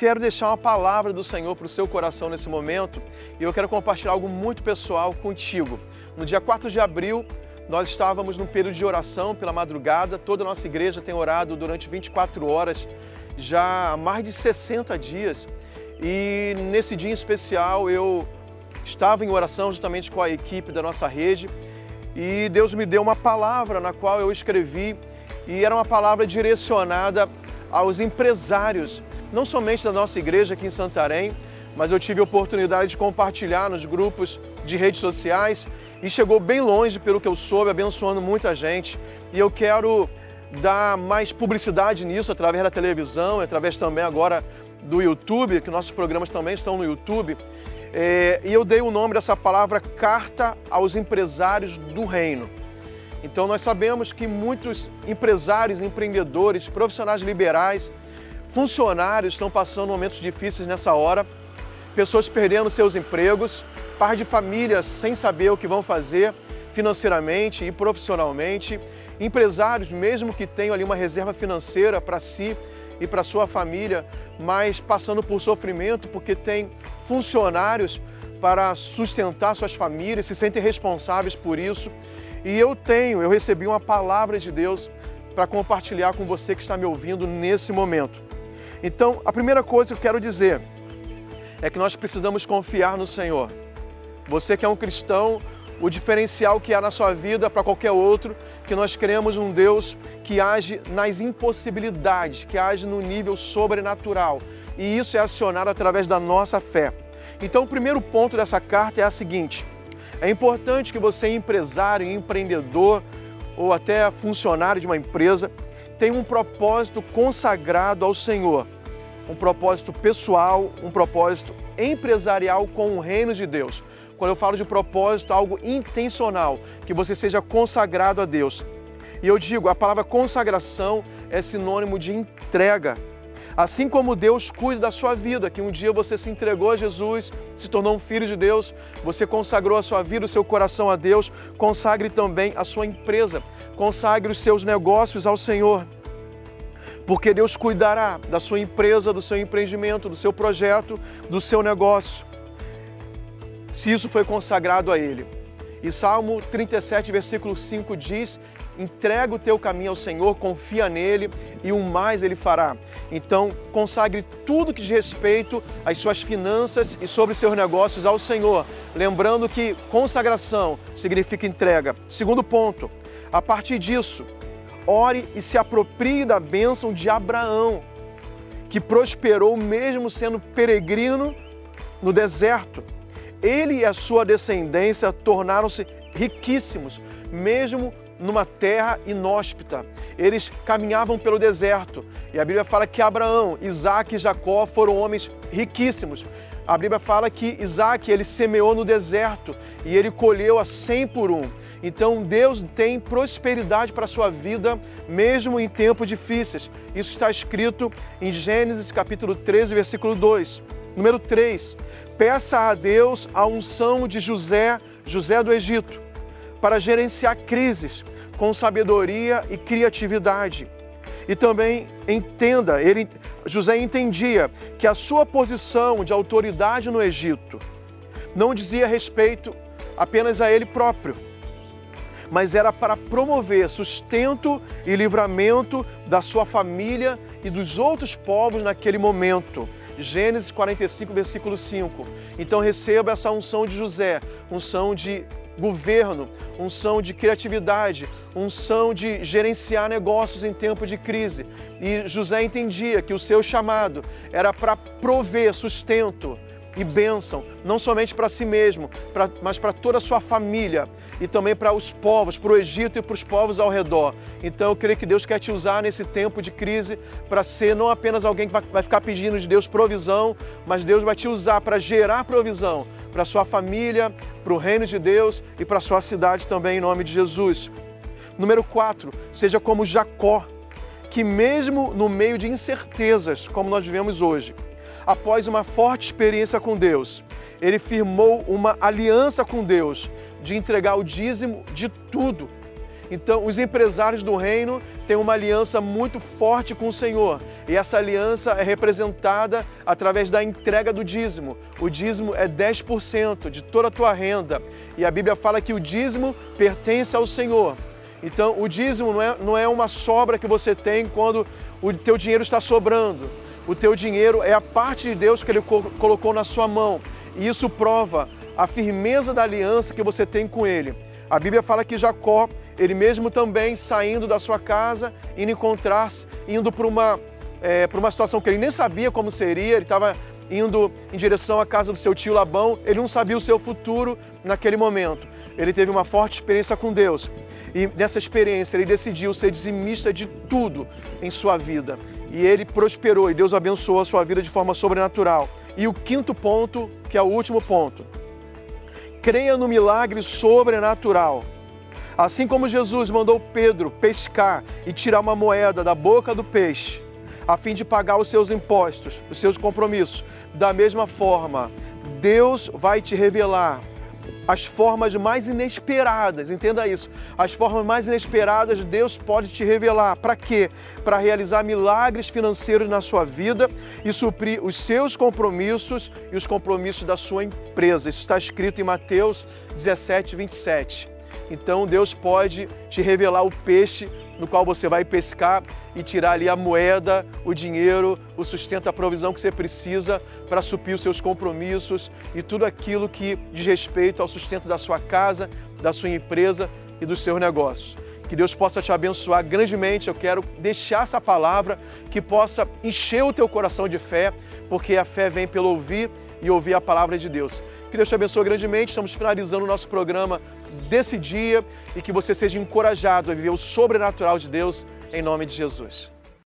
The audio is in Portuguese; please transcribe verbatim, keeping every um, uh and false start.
quero deixar uma palavra do Senhor para o seu coração nesse momento e eu quero compartilhar algo muito pessoal contigo. No dia quatro de abril, nós estávamos num período de oração pela madrugada. Toda a nossa igreja tem orado durante vinte e quatro horas, já há mais de sessenta dias. E nesse dia em especial eu estava em oração justamente com a equipe da nossa rede e Deus me deu uma palavra na qual eu escrevi e era uma palavra direcionada aos empresários, não somente da nossa igreja aqui em Santarém, mas eu tive a oportunidade de compartilhar nos grupos de redes sociais e chegou bem longe, pelo que eu soube, abençoando muita gente. E eu quero dar mais publicidade nisso através da televisão, através também agora do YouTube, que nossos programas também estão no YouTube. É, e eu dei o nome dessa palavra Carta aos Empresários do Reino. Então nós sabemos que muitos empresários, empreendedores, profissionais liberais, funcionários estão passando momentos difíceis nessa hora, pessoas perdendo seus empregos, pais de famílias sem saber o que vão fazer financeiramente e profissionalmente, empresários mesmo que tenham ali uma reserva financeira para si e para sua família, mas passando por sofrimento porque tem funcionários para sustentar suas famílias, se sentem responsáveis por isso. E eu tenho, eu recebi uma palavra de Deus para compartilhar com você que está me ouvindo nesse momento. Então, a primeira coisa que eu quero dizer é que nós precisamos confiar no Senhor. Você que é um cristão, o diferencial que há na sua vida para qualquer outro, que nós cremos um Deus que age nas impossibilidades, que age no nível sobrenatural. E isso é acionado através da nossa fé. Então, o primeiro ponto dessa carta é a seguinte: é importante que você, empresário, empreendedor ou até funcionário de uma empresa, tenha um propósito consagrado ao Senhor. Um propósito pessoal, um propósito empresarial com o reino de Deus. Quando eu falo de propósito, algo intencional, que você seja consagrado a Deus. E eu digo, a palavra consagração é sinônimo de entrega. Assim como Deus cuida da sua vida, que um dia você se entregou a Jesus, se tornou um filho de Deus, você consagrou a sua vida, o seu coração a Deus, consagre também a sua empresa, consagre os seus negócios ao Senhor. Porque Deus cuidará da sua empresa, do seu empreendimento, do seu projeto, do seu negócio, se isso foi consagrado a Ele. E Salmo trinta e sete, versículo cinco diz: entrega o teu caminho ao Senhor, confia nele e o mais Ele fará. Então, consagre tudo que diz respeito às suas finanças e sobre seus negócios ao Senhor. Lembrando que consagração significa entrega. Segundo ponto, a partir disso, ore e se aproprie da bênção de Abraão, que prosperou mesmo sendo peregrino no deserto. Ele e a sua descendência tornaram-se riquíssimos, mesmo numa terra inóspita. Eles caminhavam pelo deserto. E a Bíblia fala que Abraão, Isaac e Jacó foram homens riquíssimos. A Bíblia fala que Isaac, ele semeou no deserto e ele colheu a cem por um. Então Deus tem prosperidade para a sua vida, mesmo em tempos difíceis. Isso está escrito em Gênesis capítulo treze, versículo dois. Número três, peça a Deus a unção de José, José do Egito, para gerenciar crises com sabedoria e criatividade. E também entenda, ele, José entendia que a sua posição de autoridade no Egito não dizia respeito apenas a ele próprio, mas era para promover sustento e livramento da sua família e dos outros povos naquele momento. Gênesis quarenta e cinco, versículo cinco. Então receba essa unção de José, unção de governo, unção de criatividade, unção de gerenciar negócios em tempo de crise. E José entendia que o seu chamado era para prover sustento e bênção, não somente para si mesmo, pra, mas para toda a sua família e também para os povos, para o Egito e para os povos ao redor. Então eu creio que Deus quer te usar nesse tempo de crise para ser não apenas alguém que vai, vai ficar pedindo de Deus provisão, mas Deus vai te usar para gerar provisão para a sua família, para o reino de Deus e para a sua cidade também, em nome de Jesus. Número quatro, seja como Jacó, que mesmo no meio de incertezas, como nós vivemos hoje, após uma forte experiência com Deus, ele firmou uma aliança com Deus de entregar o dízimo de tudo. Então, os empresários do reino têm uma aliança muito forte com o Senhor. E essa aliança é representada através da entrega do dízimo. O dízimo é dez por cento de toda a tua renda. E a Bíblia fala que o dízimo pertence ao Senhor. Então, o dízimo não é, não é uma sobra que você tem quando o teu dinheiro está sobrando. O teu dinheiro é a parte de Deus que Ele colocou na sua mão. E isso prova a firmeza da aliança que você tem com Ele. A Bíblia fala que Jacó, ele mesmo também saindo da sua casa, indo encontrar-se, indo para uma, é, para uma situação que ele nem sabia como seria, ele estava indo em direção à casa do seu tio Labão, ele não sabia o seu futuro naquele momento. Ele teve uma forte experiência com Deus. E nessa experiência ele decidiu ser dizimista de tudo em sua vida. E ele prosperou e Deus abençoou a sua vida de forma sobrenatural. E o quinto ponto, que é o último ponto. Creia no milagre sobrenatural. Assim como Jesus mandou Pedro pescar e tirar uma moeda da boca do peixe, a fim de pagar os seus impostos, os seus compromissos, da mesma forma, Deus vai te revelar as formas mais inesperadas, entenda isso, as formas mais inesperadas Deus pode te revelar. Para quê? Para realizar milagres financeiros na sua vida e suprir os seus compromissos e os compromissos da sua empresa. Isso está escrito em Mateus dezessete, vinte e sete. Então Deus pode te revelar o peixe no qual você vai pescar e tirar ali a moeda, o dinheiro, o sustento, a provisão que você precisa para suprir os seus compromissos e tudo aquilo que diz respeito ao sustento da sua casa, da sua empresa e dos seus negócios. Que Deus possa te abençoar grandemente. Eu quero deixar essa palavra que possa encher o teu coração de fé, porque a fé vem pelo ouvir e ouvir a palavra de Deus. Que Deus te abençoe grandemente. Estamos finalizando o nosso programa desse dia e que você seja encorajado a viver o sobrenatural de Deus em nome de Jesus.